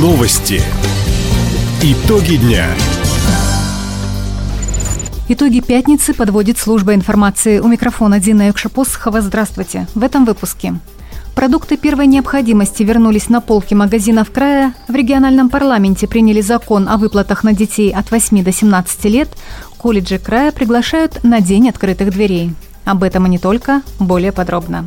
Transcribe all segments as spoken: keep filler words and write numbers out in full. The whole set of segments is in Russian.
Новости. Итоги дня. Итоги пятницы подводит служба информации. У микрофона Дина Юкшапосхова. Здравствуйте. В этом выпуске. Продукты первой необходимости вернулись на полки магазинов края. В региональном парламенте приняли закон о выплатах на детей от восьми до семнадцати лет. Колледжи края приглашают на День открытых дверей. Об этом и не только. Более подробно.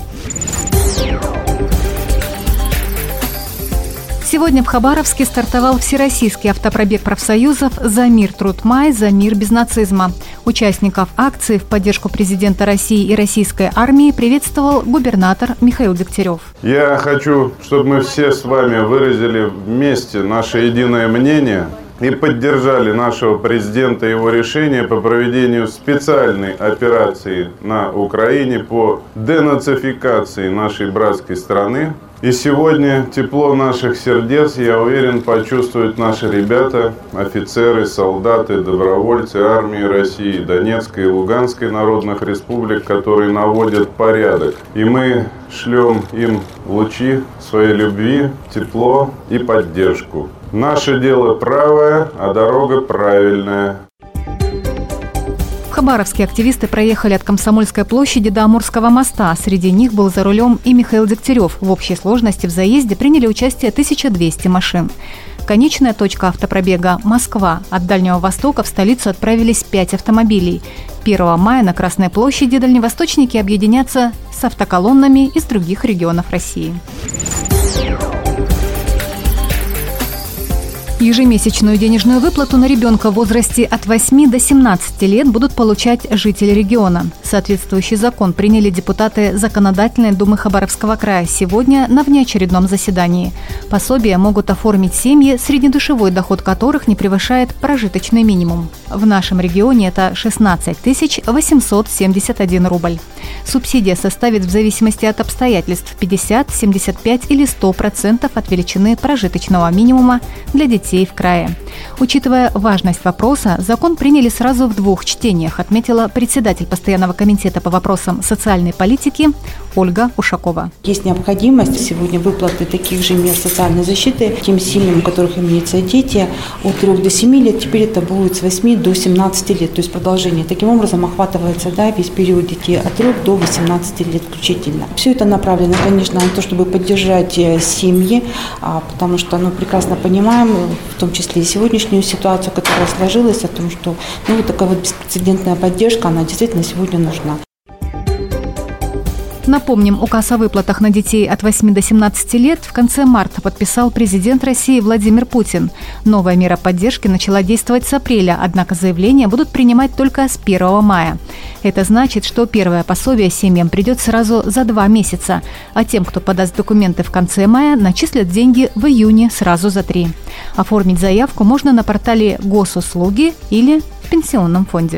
Сегодня в Хабаровске стартовал всероссийский автопробег профсоюзов «За мир, труд май, за мир без нацизма». Участников акции в поддержку президента России и российской армии приветствовал губернатор Михаил Дегтярев. Я хочу, чтобы мы все с вами выразили вместе наше единое мнение и поддержали нашего президента и его решение по проведению специальной операции на Украине по денацификации нашей братской страны. И сегодня тепло наших сердец, я уверен, почувствуют наши ребята, офицеры, солдаты, добровольцы армии России, Донецкой и Луганской народных республик, которые наводят порядок. И мы шлем им лучи своей любви, тепло и поддержку. Наше дело правое, а дорога правильная. В Хабаровске активисты проехали от Комсомольской площади до Амурского моста. Среди них был за рулем и Михаил Дегтярев. В общей сложности в заезде приняли участие тысяча двести машин. Конечная точка автопробега – Москва. От Дальнего Востока в столицу отправились пять автомобилей. первого мая на Красной площади дальневосточники объединятся с автоколоннами из других регионов России. Ежемесячную денежную выплату на ребенка в возрасте от восьми до семнадцати лет будут получать жители региона. Соответствующий закон приняли депутаты Законодательной думы Хабаровского края сегодня на внеочередном заседании. Пособия могут оформить семьи, среднедушевой доход которых не превышает прожиточный минимум. В нашем регионе это шестнадцать тысяч восемьсот семьдесят один рубль. Субсидия составит в зависимости от обстоятельств пятьдесят, семьдесят пять или сто процентов от величины прожиточного минимума для детей в крае. Учитывая важность вопроса, закон приняли сразу в двух чтениях, отметила председатель постоянного комитета по вопросам социальной политики Ольга Ушакова. Есть необходимость сегодня выплаты таких же мер социальной защиты тем семьям, у которых имеются дети от трёх до семи лет. Теперь это будет с восьми до семнадцати лет, то есть продолжение. Таким образом охватывается да, весь период детей от трёх до восемнадцати лет включительно. Все это направлено, конечно, на то, чтобы поддержать семьи, потому что ну, прекрасно понимаем, в том числе и сегодняшнюю ситуацию, которая сложилась, о том, что ну, вот такая вот беспрецедентная поддержка, она действительно сегодня нужна. Напомним, указ о выплатах на детей от восьми до семнадцати лет в конце марта подписал президент России Владимир Путин. Новая мера поддержки начала действовать с апреля, однако заявления будут принимать только с первого мая. Это значит, что первое пособие семьям придет сразу за два месяца, а тем, кто подаст документы в конце мая, начислят деньги в июне сразу за три. Оформить заявку можно на портале Госуслуги или в пенсионном фонде.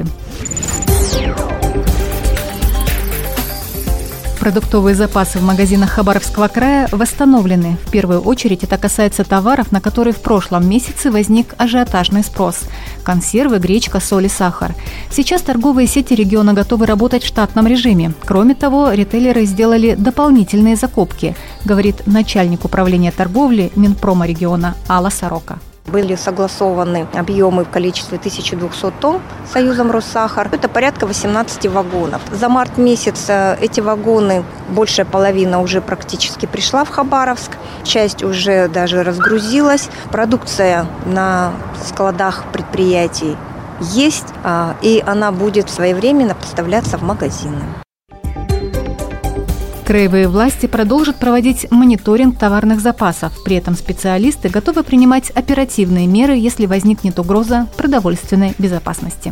Продуктовые запасы в магазинах Хабаровского края восстановлены. В первую очередь это касается товаров, на которые в прошлом месяце возник ажиотажный спрос. Консервы, гречка, соль и сахар. Сейчас торговые сети региона готовы работать в штатном режиме. Кроме того, ритейлеры сделали дополнительные закупки, говорит начальник управления торговли Минпрома региона Алла Сорока. Были согласованы объемы в количестве тысяча двести тонн Союзом Россахар. Это порядка восемнадцати вагонов. За март месяц эти вагоны, большая половина уже практически пришла в Хабаровск. Часть уже даже разгрузилась. Продукция на складах предприятий есть, и она будет своевременно поставляться в магазины. Краевые власти продолжат проводить мониторинг товарных запасов. При этом специалисты готовы принимать оперативные меры, если возникнет угроза продовольственной безопасности.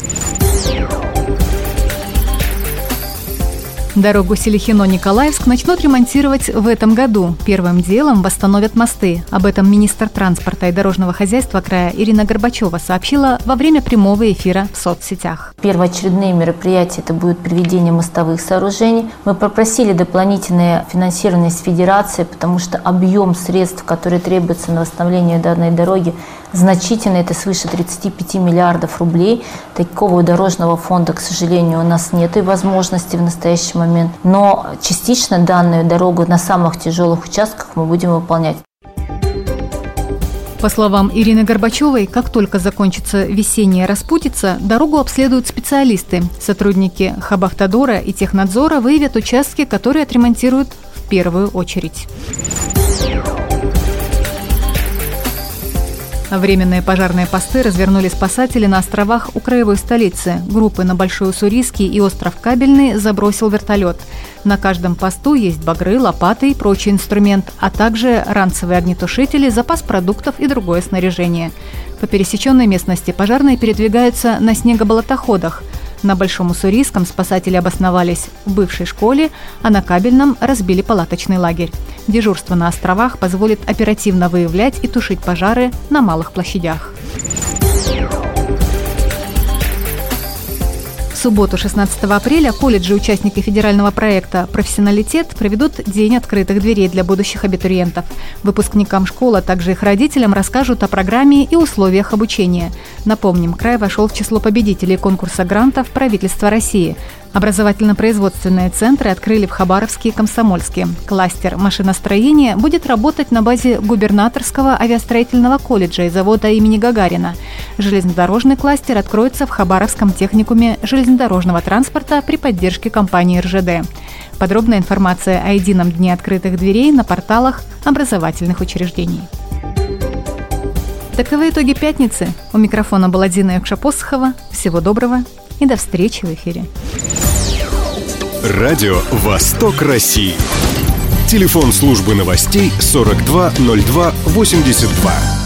Дорогу Селихино-Николаевск начнут ремонтировать в этом году. Первым делом восстановят мосты. Об этом министр транспорта и дорожного хозяйства края Ирина Горбачева сообщила во время прямого эфира в соцсетях. Первоочередные мероприятия – это будет приведение мостовых сооружений. Мы попросили дополнительное финансирование с федерации, потому что объем средств, которые требуются на восстановление данной дороги, значительный. Это свыше тридцати пяти миллиардов рублей. Такого дорожного фонда, к сожалению, у нас нет и возможности в настоящий момент. Но частично данную дорогу на самых тяжелых участках мы будем выполнять. По словам Ирины Горбачевой, как только закончится весенняя распутица, дорогу обследуют специалисты. Сотрудники Хабавтодора и Технадзора выявят участки, которые отремонтируют в первую очередь. Временные пожарные посты развернули спасатели на островах у краевой столицы. Группы на Большой Уссурийский и остров Кабельный забросил вертолет. На каждом посту есть багры, лопаты и прочий инструмент, а также ранцевые огнетушители, запас продуктов и другое снаряжение. По пересеченной местности пожарные передвигаются на снегоболотоходах. На Большом Уссурийском спасатели обосновались в бывшей школе, а на Кабельном разбили палаточный лагерь. Дежурство на островах позволит оперативно выявлять и тушить пожары на малых площадях. В субботу, шестнадцатого апреля, колледжи участники федерального проекта «Профессионалитет» проведут День открытых дверей для будущих абитуриентов. Выпускникам школ, а также их родителям расскажут о программе и условиях обучения. Напомним, край вошел в число победителей конкурса грантов правительства России. Образовательно-производственные центры открыли в Хабаровске и Комсомольске. Кластер машиностроения будет работать на базе губернаторского авиастроительного колледжа и завода имени Гагарина. Железнодорожный кластер откроется в Хабаровском техникуме железнодорожного транспорта при поддержке компании эр жэ дэ. Подробная информация о едином дне открытых дверей на порталах образовательных учреждений. Таковы итоги пятницы. У микрофона была Дина Якшапосхова. Всего доброго и до встречи в эфире. Радио «Восток России». Телефон службы новостей сорок два ноль два восемьдесят два.